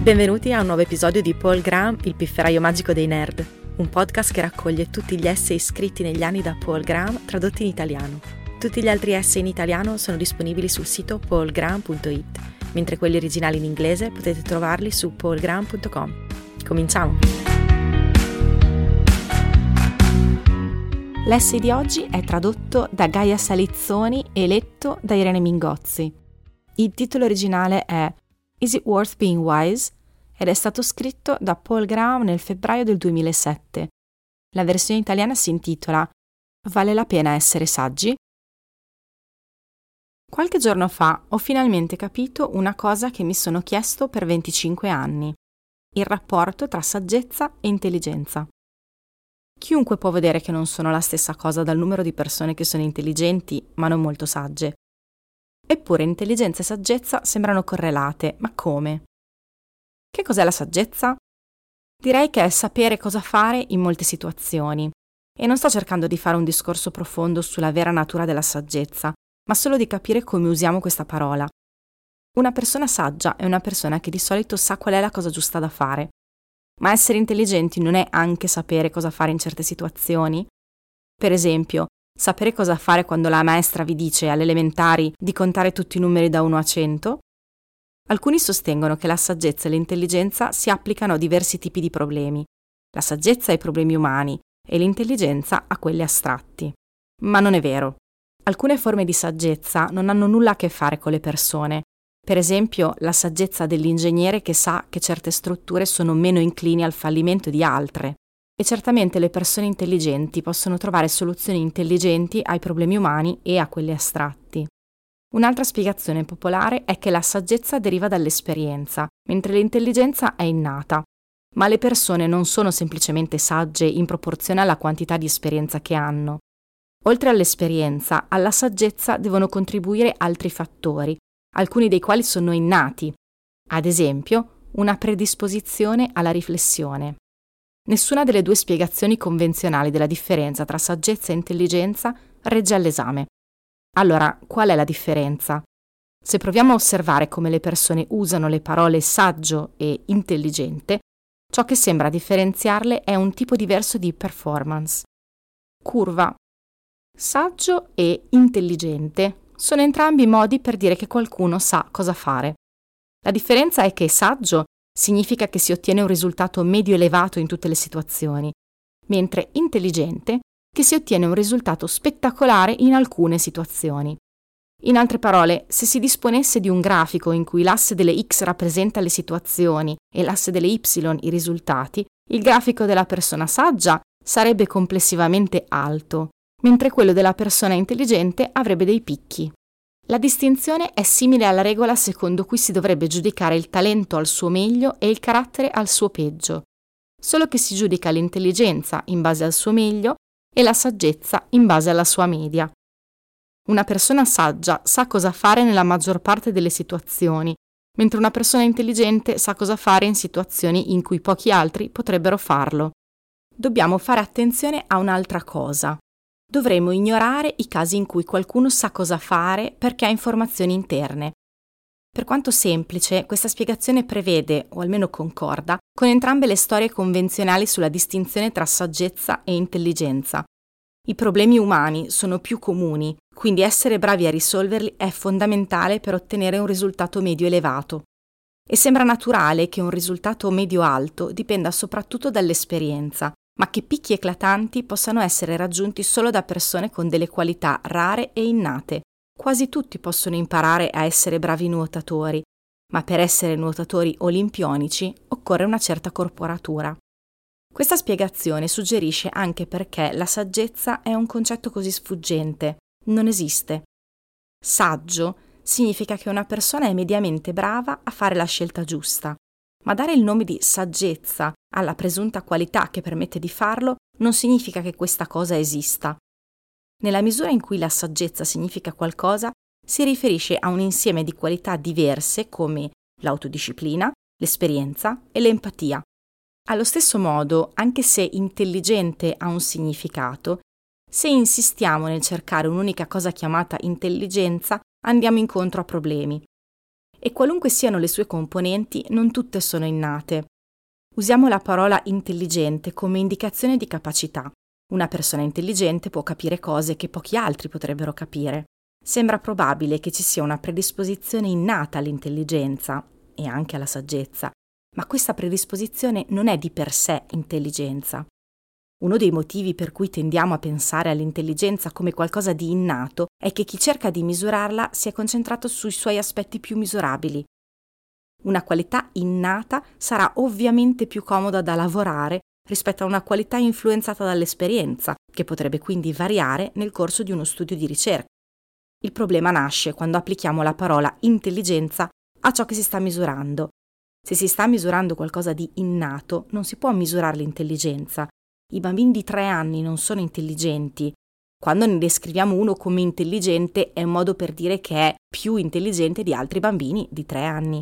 Benvenuti a un nuovo episodio di Paul Graham, il pifferaio magico dei nerd, un podcast che raccoglie tutti gli essay scritti negli anni da Paul Graham tradotti in italiano. Tutti gli altri essay in italiano sono disponibili sul sito paulgraham.it, mentre quelli originali in inglese potete trovarli su paulgraham.com. Cominciamo! L'essay di oggi è tradotto da Gaia Salizzoni e letto da Irene Mingozzi. Il titolo originale è Is it worth being wise? Ed è stato scritto da Paul Graham nel febbraio del 2007. La versione italiana si intitola Vale la pena essere saggi? Qualche giorno fa ho finalmente capito una cosa che mi sono chiesto per 25 anni: il rapporto tra saggezza e intelligenza. Chiunque può vedere che non sono la stessa cosa dal numero di persone che sono intelligenti ma non molto sagge. Eppure intelligenza e saggezza sembrano correlate, ma come? Che cos'è la saggezza? Direi che è sapere cosa fare in molte situazioni. E non sto cercando di fare un discorso profondo sulla vera natura della saggezza, ma solo di capire come usiamo questa parola. Una persona saggia è una persona che di solito sa qual è la cosa giusta da fare. Ma essere intelligenti non è anche sapere cosa fare in certe situazioni? Per esempio, sapere cosa fare quando la maestra vi dice alle elementari di contare tutti i numeri da 1 a 100? Alcuni sostengono che la saggezza e l'intelligenza si applicano a diversi tipi di problemi. La saggezza ai problemi umani e l'intelligenza a quelli astratti. Ma non è vero. Alcune forme di saggezza non hanno nulla a che fare con le persone. Per esempio, la saggezza dell'ingegnere che sa che certe strutture sono meno inclini al fallimento di altre. E certamente le persone intelligenti possono trovare soluzioni intelligenti ai problemi umani e a quelli astratti. Un'altra spiegazione popolare è che la saggezza deriva dall'esperienza, mentre l'intelligenza è innata. Ma le persone non sono semplicemente sagge in proporzione alla quantità di esperienza che hanno. Oltre all'esperienza, alla saggezza devono contribuire altri fattori, alcuni dei quali sono innati. Ad esempio, una predisposizione alla riflessione. Nessuna delle due spiegazioni convenzionali della differenza tra saggezza e intelligenza regge all'esame. Allora, qual è la differenza? Se proviamo a osservare come le persone usano le parole saggio e intelligente, ciò che sembra differenziarle è un tipo diverso di performance. Curva. Saggio e intelligente sono entrambi modi per dire che qualcuno sa cosa fare. La differenza è che saggio significa che si ottiene un risultato medio elevato in tutte le situazioni, mentre intelligente che si ottiene un risultato spettacolare in alcune situazioni. In altre parole, se si disponesse di un grafico in cui l'asse delle X rappresenta le situazioni e l'asse delle Y i risultati, il grafico della persona saggia sarebbe complessivamente alto, mentre quello della persona intelligente avrebbe dei picchi. La distinzione è simile alla regola secondo cui si dovrebbe giudicare il talento al suo meglio e il carattere al suo peggio, solo che si giudica l'intelligenza in base al suo meglio e la saggezza in base alla sua media. Una persona saggia sa cosa fare nella maggior parte delle situazioni, mentre una persona intelligente sa cosa fare in situazioni in cui pochi altri potrebbero farlo. Dobbiamo fare attenzione a un'altra cosa. Dovremmo ignorare i casi in cui qualcuno sa cosa fare perché ha informazioni interne. Per quanto semplice, questa spiegazione prevede, o almeno concorda, con entrambe le storie convenzionali sulla distinzione tra saggezza e intelligenza. I problemi umani sono più comuni, quindi essere bravi a risolverli è fondamentale per ottenere un risultato medio elevato. E sembra naturale che un risultato medio-alto dipenda soprattutto dall'esperienza, ma che picchi eclatanti possano essere raggiunti solo da persone con delle qualità rare e innate. Quasi tutti possono imparare a essere bravi nuotatori, ma per essere nuotatori olimpionici occorre una certa corporatura. Questa spiegazione suggerisce anche perché la saggezza è un concetto così sfuggente. Non esiste. Saggio significa che una persona è mediamente brava a fare la scelta giusta. Ma dare il nome di saggezza alla presunta qualità che permette di farlo non significa che questa cosa esista. Nella misura in cui la saggezza significa qualcosa, si riferisce a un insieme di qualità diverse come l'autodisciplina, l'esperienza e l'empatia. Allo stesso modo, anche se intelligente ha un significato, se insistiamo nel cercare un'unica cosa chiamata intelligenza, andiamo incontro a problemi. e qualunque siano le sue componenti, non tutte sono innate. Usiamo la parola intelligente come indicazione di capacità. Una persona intelligente può capire cose che pochi altri potrebbero capire. Sembra probabile che ci sia una predisposizione innata all'intelligenza e anche alla saggezza, ma questa predisposizione non è di per sé intelligenza. Uno dei motivi per cui tendiamo a pensare all'intelligenza come qualcosa di innato è che chi cerca di misurarla si è concentrato sui suoi aspetti più misurabili. Una qualità innata sarà ovviamente più comoda da lavorare rispetto a una qualità influenzata dall'esperienza, che potrebbe quindi variare nel corso di uno studio di ricerca. Il problema nasce quando applichiamo la parola intelligenza a ciò che si sta misurando. Se si sta misurando qualcosa di innato, non si può misurare l'intelligenza. I bambini di 3 anni non sono intelligenti. Quando ne descriviamo uno come intelligente è un modo per dire che è più intelligente di altri bambini di 3 anni.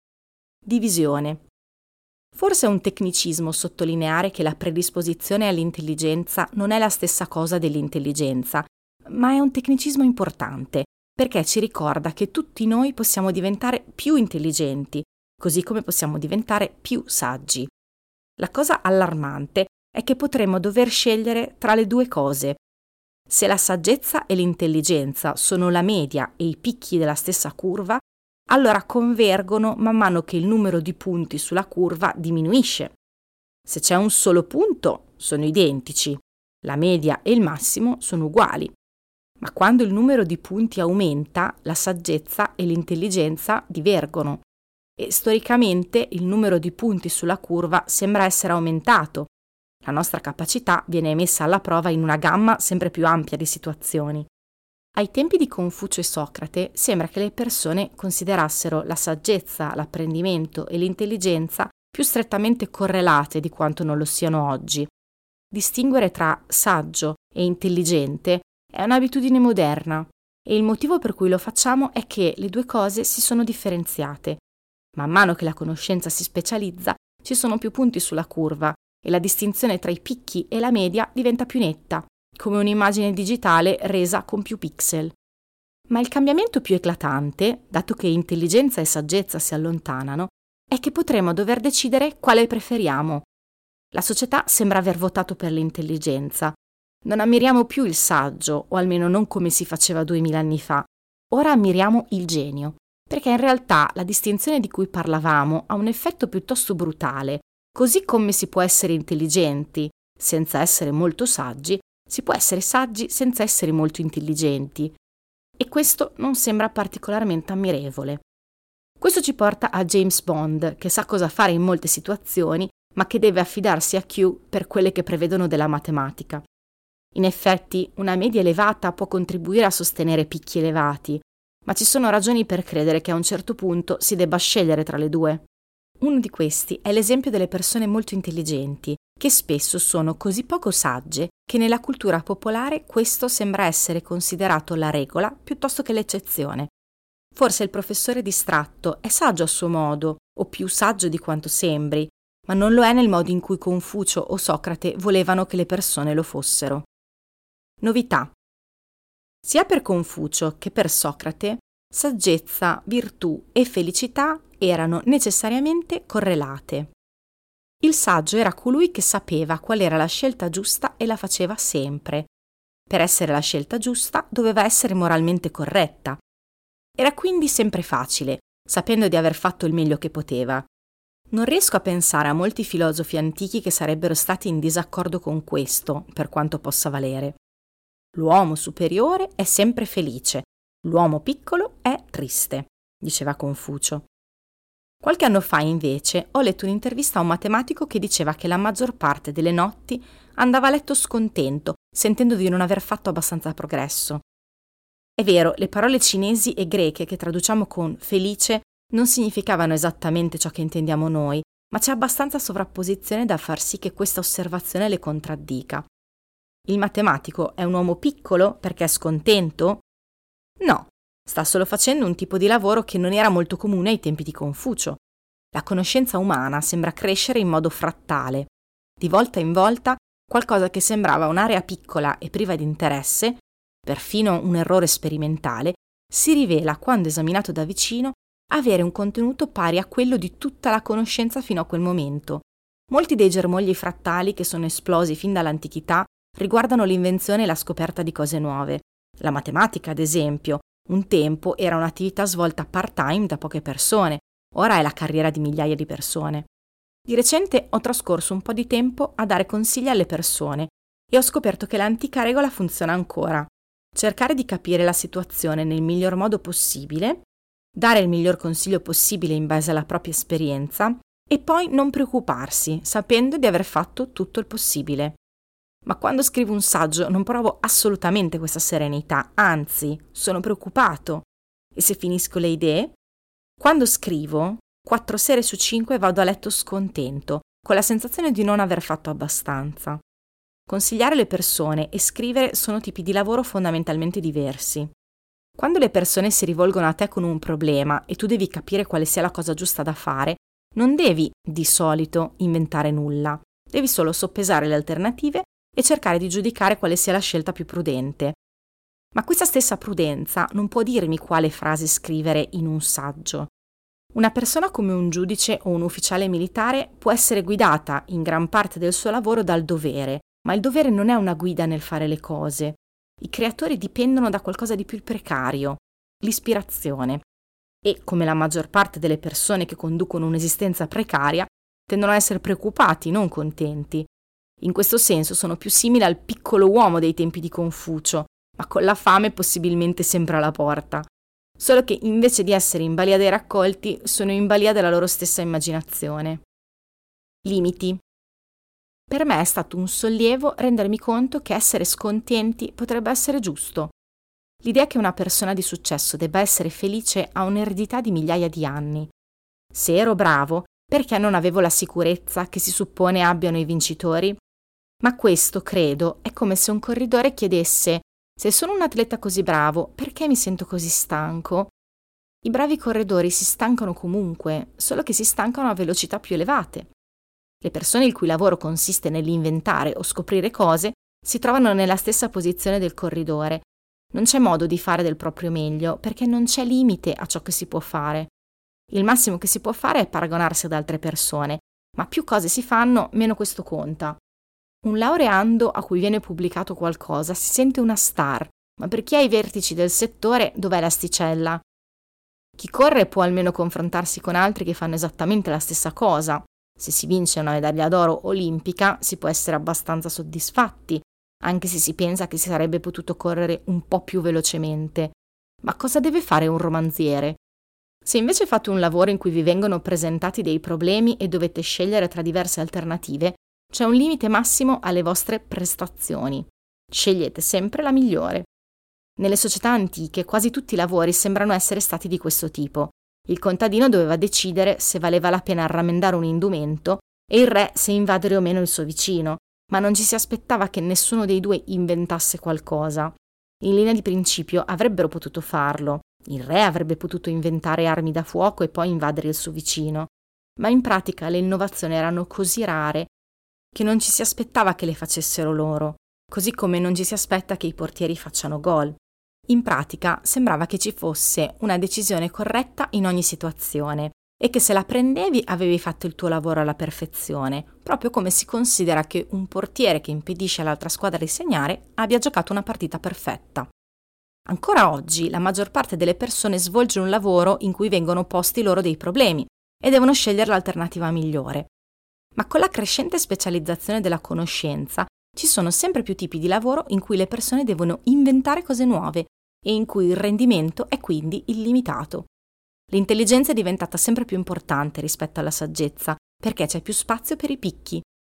Divisione. Forse è un tecnicismo sottolineare che la predisposizione all'intelligenza non è la stessa cosa dell'intelligenza, ma è un tecnicismo importante, perché ci ricorda che tutti noi possiamo diventare più intelligenti, così come possiamo diventare più saggi. La cosa allarmante è che potremmo dover scegliere tra le due cose. Se la saggezza e l'intelligenza sono la media e i picchi della stessa curva, allora convergono man mano che il numero di punti sulla curva diminuisce. Se c'è un solo punto, sono identici. La media e il massimo sono uguali. Ma quando il numero di punti aumenta, la saggezza e l'intelligenza divergono. E storicamente il numero di punti sulla curva sembra essere aumentato. La nostra capacità viene messa alla prova in una gamma sempre più ampia di situazioni. Ai tempi di Confucio e Socrate sembra che le persone considerassero la saggezza, l'apprendimento e l'intelligenza più strettamente correlate di quanto non lo siano oggi. Distinguere tra saggio e intelligente è un'abitudine moderna e il motivo per cui lo facciamo è che le due cose si sono differenziate. Man mano che la conoscenza si specializza, ci sono più punti sulla curva e la distinzione tra i picchi e la media diventa più netta, come un'immagine digitale resa con più pixel. Ma il cambiamento più eclatante, dato che intelligenza e saggezza si allontanano, è che potremo dover decidere quale preferiamo. La società sembra aver votato per l'intelligenza. Non ammiriamo più il saggio, o almeno non come si faceva 2000 anni fa. Ora ammiriamo il genio, perché in realtà la distinzione di cui parlavamo ha un effetto piuttosto brutale. Così come si può essere intelligenti senza essere molto saggi, si può essere saggi senza essere molto intelligenti. E questo non sembra particolarmente ammirevole. Questo ci porta a James Bond, che sa cosa fare in molte situazioni, ma che deve affidarsi a Q per quelle che prevedono della matematica. In effetti, una media elevata può contribuire a sostenere picchi elevati, ma ci sono ragioni per credere che a un certo punto si debba scegliere tra le due. Uno di questi è l'esempio delle persone molto intelligenti, che spesso sono così poco sagge che nella cultura popolare questo sembra essere considerato la regola piuttosto che l'eccezione. Forse il professore distratto è saggio a suo modo, o più saggio di quanto sembri, ma non lo è nel modo in cui Confucio o Socrate volevano che le persone lo fossero. Novità. Sia per Confucio che per Socrate, saggezza, virtù e felicità erano necessariamente correlate. Il saggio era colui che sapeva qual era la scelta giusta e la faceva sempre. Per essere la scelta giusta doveva essere moralmente corretta. Era quindi sempre facile, sapendo di aver fatto il meglio che poteva. Non riesco a pensare a molti filosofi antichi che sarebbero stati in disaccordo con questo, per quanto possa valere. L'uomo superiore è sempre felice, l'uomo piccolo è triste, diceva Confucio. Qualche anno fa, invece, ho letto un'intervista a un matematico che diceva che la maggior parte delle notti andava a letto scontento, sentendo di non aver fatto abbastanza progresso. È vero, le parole cinesi e greche che traduciamo con felice non significavano esattamente ciò che intendiamo noi, ma c'è abbastanza sovrapposizione da far sì che questa osservazione le contraddica. Il matematico è un uomo piccolo perché è scontento? No. Sta solo facendo un tipo di lavoro che non era molto comune ai tempi di Confucio. La conoscenza umana sembra crescere in modo frattale. Di volta in volta, qualcosa che sembrava un'area piccola e priva di interesse, perfino un errore sperimentale, si rivela, quando esaminato da vicino, avere un contenuto pari a quello di tutta la conoscenza fino a quel momento. Molti dei germogli frattali che sono esplosi fin dall'antichità riguardano l'invenzione e la scoperta di cose nuove. La matematica, ad esempio, un tempo era un'attività svolta part-time da poche persone, ora è la carriera di migliaia di persone. Di recente ho trascorso un po' di tempo a dare consigli alle persone e ho scoperto che l'antica regola funziona ancora. Cercare di capire la situazione nel miglior modo possibile, dare il miglior consiglio possibile in base alla propria esperienza e poi non preoccuparsi, sapendo di aver fatto tutto il possibile. Ma quando scrivo un saggio non provo assolutamente questa serenità, anzi, sono preoccupato. E se finisco le idee? Quando scrivo, 4 sere su 5 vado a letto scontento, con la sensazione di non aver fatto abbastanza. Consigliare le persone e scrivere sono tipi di lavoro fondamentalmente diversi. Quando le persone si rivolgono a te con un problema e tu devi capire quale sia la cosa giusta da fare, non devi, di solito, inventare nulla. Devi solo soppesare le alternative e cercare di giudicare quale sia la scelta più prudente. Ma questa stessa prudenza non può dirmi quale frase scrivere in un saggio. Una persona come un giudice o un ufficiale militare può essere guidata in gran parte del suo lavoro dal dovere, ma il dovere non è una guida nel fare le cose. I creatori dipendono da qualcosa di più precario, l'ispirazione. E, come la maggior parte delle persone che conducono un'esistenza precaria, tendono a essere preoccupati, non contenti. In questo senso sono più simili al piccolo uomo dei tempi di Confucio, ma con la fame possibilmente sempre alla porta. Solo che invece di essere in balia dei raccolti, sono in balia della loro stessa immaginazione. Limiti. Per me è stato un sollievo rendermi conto che essere scontenti potrebbe essere giusto. L'idea che una persona di successo debba essere felice ha un'eredità di migliaia di anni. Se ero bravo, perché non avevo la sicurezza che si suppone abbiano i vincitori? Ma questo, credo, è come se un corridore chiedesse: se sono un atleta così bravo, perché mi sento così stanco? I bravi corridori si stancano comunque, solo che si stancano a velocità più elevate. Le persone il cui lavoro consiste nell'inventare o scoprire cose si trovano nella stessa posizione del corridore. Non c'è modo di fare del proprio meglio perché non c'è limite a ciò che si può fare. Il massimo che si può fare è paragonarsi ad altre persone, ma più cose si fanno, meno questo conta. Un laureando a cui viene pubblicato qualcosa si sente una star, ma per chi è ai vertici del settore, dov'è l'asticella? Chi corre può almeno confrontarsi con altri che fanno esattamente la stessa cosa. Se si vince una medaglia d'oro olimpica si può essere abbastanza soddisfatti, anche se si pensa che si sarebbe potuto correre un po' più velocemente. Ma cosa deve fare un romanziere? Se invece fate un lavoro in cui vi vengono presentati dei problemi e dovete scegliere tra diverse alternative, c'è un limite massimo alle vostre prestazioni. Scegliete sempre la migliore. Nelle società antiche quasi tutti i lavori sembrano essere stati di questo tipo. Il contadino doveva decidere se valeva la pena rammendare un indumento e il re se invadere o meno il suo vicino, ma non ci si aspettava che nessuno dei due inventasse qualcosa. In linea di principio avrebbero potuto farlo. Il re avrebbe potuto inventare armi da fuoco e poi invadere il suo vicino, ma in pratica le innovazioni erano così rare che non ci si aspettava che le facessero loro, così come non ci si aspetta che i portieri facciano gol. In pratica sembrava che ci fosse una decisione corretta in ogni situazione e che se la prendevi avevi fatto il tuo lavoro alla perfezione, proprio come si considera che un portiere che impedisce all'altra squadra di segnare abbia giocato una partita perfetta. Ancora oggi la maggior parte delle persone svolge un lavoro in cui vengono posti loro dei problemi e devono scegliere l'alternativa migliore. Ma con la crescente specializzazione della conoscenza ci sono sempre più tipi di lavoro in cui le persone devono inventare cose nuove e in cui il rendimento è quindi illimitato. L'intelligenza è diventata sempre più importante rispetto alla saggezza perché c'è più spazio per i picchi.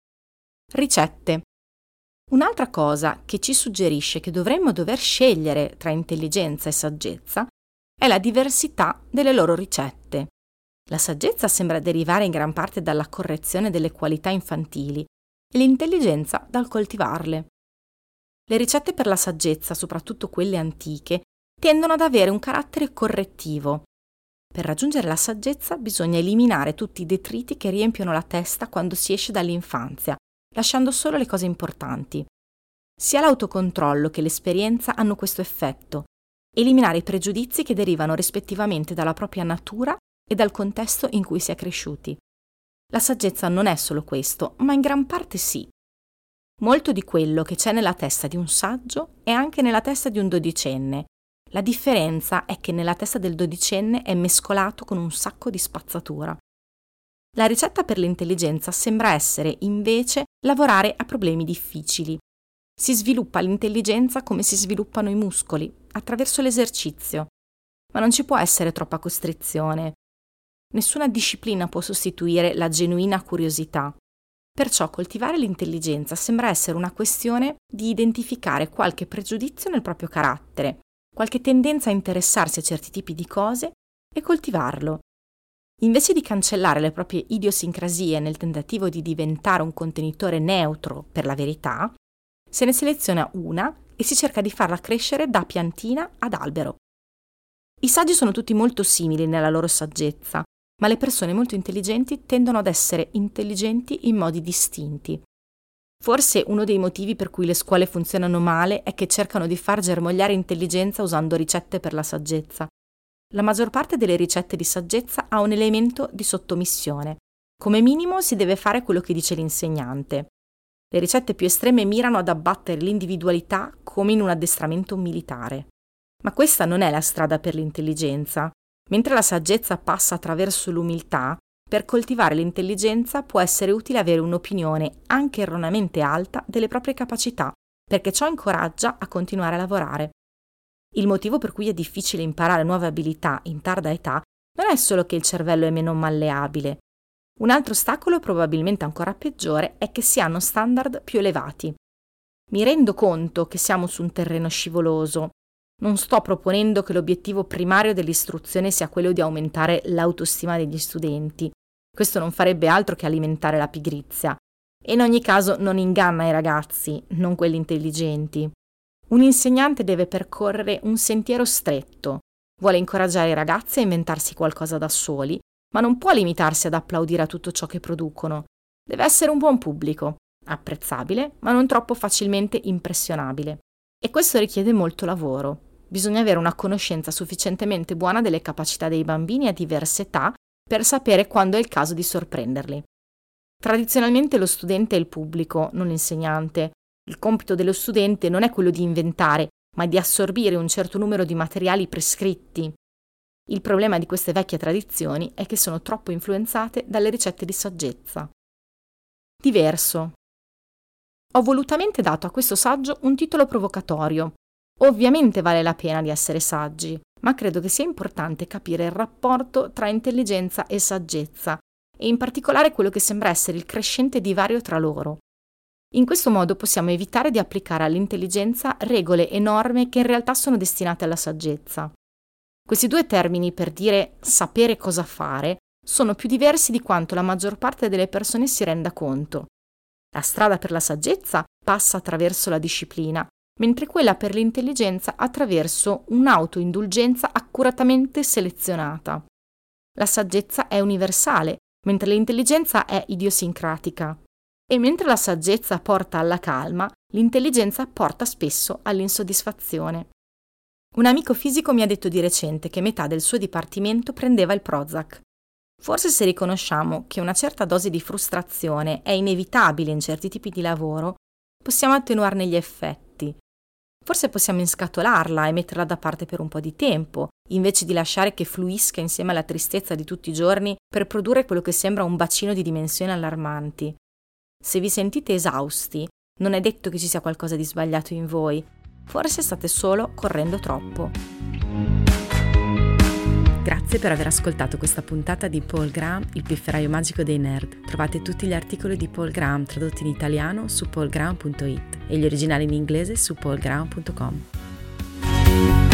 Ricette. Un'altra cosa che ci suggerisce che dovremmo dover scegliere tra intelligenza e saggezza è la diversità delle loro ricette. La saggezza sembra derivare in gran parte dalla correzione delle qualità infantili e l'intelligenza dal coltivarle. Le ricette per la saggezza, soprattutto quelle antiche, tendono ad avere un carattere correttivo. Per raggiungere la saggezza bisogna eliminare tutti i detriti che riempiono la testa quando si esce dall'infanzia, lasciando solo le cose importanti. Sia l'autocontrollo che l'esperienza hanno questo effetto. eliminare i pregiudizi che derivano rispettivamente dalla propria natura e dal contesto in cui si è cresciuti. La saggezza non è solo questo, ma in gran parte sì. Molto di quello che c'è nella testa di un saggio è anche nella testa di un dodicenne. La differenza è che nella testa del dodicenne è mescolato con un sacco di spazzatura. La ricetta per l'intelligenza sembra essere, invece, lavorare a problemi difficili. Si sviluppa l'intelligenza come si sviluppano i muscoli, attraverso l'esercizio. Ma non ci può essere troppa costrizione. Nessuna disciplina può sostituire la genuina curiosità. Perciò coltivare l'intelligenza sembra essere una questione di identificare qualche pregiudizio nel proprio carattere, qualche tendenza a interessarsi a certi tipi di cose e coltivarlo. Invece di cancellare le proprie idiosincrasie nel tentativo di diventare un contenitore neutro per la verità, se ne seleziona una e si cerca di farla crescere da piantina ad albero. I saggi sono tutti molto simili nella loro saggezza, ma le persone molto intelligenti tendono ad essere intelligenti in modi distinti. Forse uno dei motivi per cui le scuole funzionano male è che cercano di far germogliare intelligenza usando ricette per la saggezza. La maggior parte delle ricette di saggezza ha un elemento di sottomissione. Come minimo si deve fare quello che dice l'insegnante. Le ricette più estreme mirano ad abbattere l'individualità come in un addestramento militare. Ma questa non è la strada per l'intelligenza. Mentre la saggezza passa attraverso l'umiltà, per coltivare l'intelligenza può essere utile avere un'opinione anche erroneamente alta delle proprie capacità, perché ciò incoraggia a continuare a lavorare. Il motivo per cui è difficile imparare nuove abilità in tarda età non è solo che il cervello è meno malleabile. Un altro ostacolo, probabilmente ancora peggiore, è che si hanno standard più elevati. Mi rendo conto che siamo su un terreno scivoloso. Non sto proponendo che l'obiettivo primario dell'istruzione sia quello di aumentare l'autostima degli studenti. Questo non farebbe altro che alimentare la pigrizia. E in ogni caso non inganna i ragazzi, non quelli intelligenti. Un insegnante deve percorrere un sentiero stretto. Vuole incoraggiare i ragazzi a inventarsi qualcosa da soli, ma non può limitarsi ad applaudire a tutto ciò che producono. Deve essere un buon pubblico, apprezzabile, ma non troppo facilmente impressionabile. E questo richiede molto lavoro. Bisogna avere una conoscenza sufficientemente buona delle capacità dei bambini a diverse età per sapere quando è il caso di sorprenderli. Tradizionalmente lo studente è il pubblico, non l'insegnante. Il compito dello studente non è quello di inventare, ma di assorbire un certo numero di materiali prescritti. Il problema di queste vecchie tradizioni è che sono troppo influenzate dalle ricette di saggezza. Diverso. Ho volutamente dato a questo saggio un titolo provocatorio. Ovviamente vale la pena di essere saggi, ma credo che sia importante capire il rapporto tra intelligenza e saggezza, e in particolare quello che sembra essere il crescente divario tra loro. In questo modo possiamo evitare di applicare all'intelligenza regole e norme che in realtà sono destinate alla saggezza. Questi due termini per dire sapere cosa fare sono più diversi di quanto la maggior parte delle persone si renda conto. La strada per la saggezza passa attraverso la disciplina, mentre quella per l'intelligenza attraverso un'autoindulgenza accuratamente selezionata. La saggezza è universale, mentre l'intelligenza è idiosincratica. E mentre la saggezza porta alla calma, l'intelligenza porta spesso all'insoddisfazione. Un amico fisico mi ha detto di recente che metà del suo dipartimento prendeva il Prozac. Forse se riconosciamo che una certa dose di frustrazione è inevitabile in certi tipi di lavoro, possiamo attenuarne gli effetti. Forse possiamo inscatolarla e metterla da parte per un po' di tempo, invece di lasciare che fluisca insieme alla tristezza di tutti i giorni per produrre quello che sembra un bacino di dimensioni allarmanti. Se vi sentite esausti, non è detto che ci sia qualcosa di sbagliato in voi, forse state solo correndo troppo. Grazie per aver ascoltato questa puntata di Paul Graham, il pifferaio magico dei nerd. Trovate tutti gli articoli di Paul Graham tradotti in italiano su paulgraham.it e gli originali in inglese su paulgraham.com.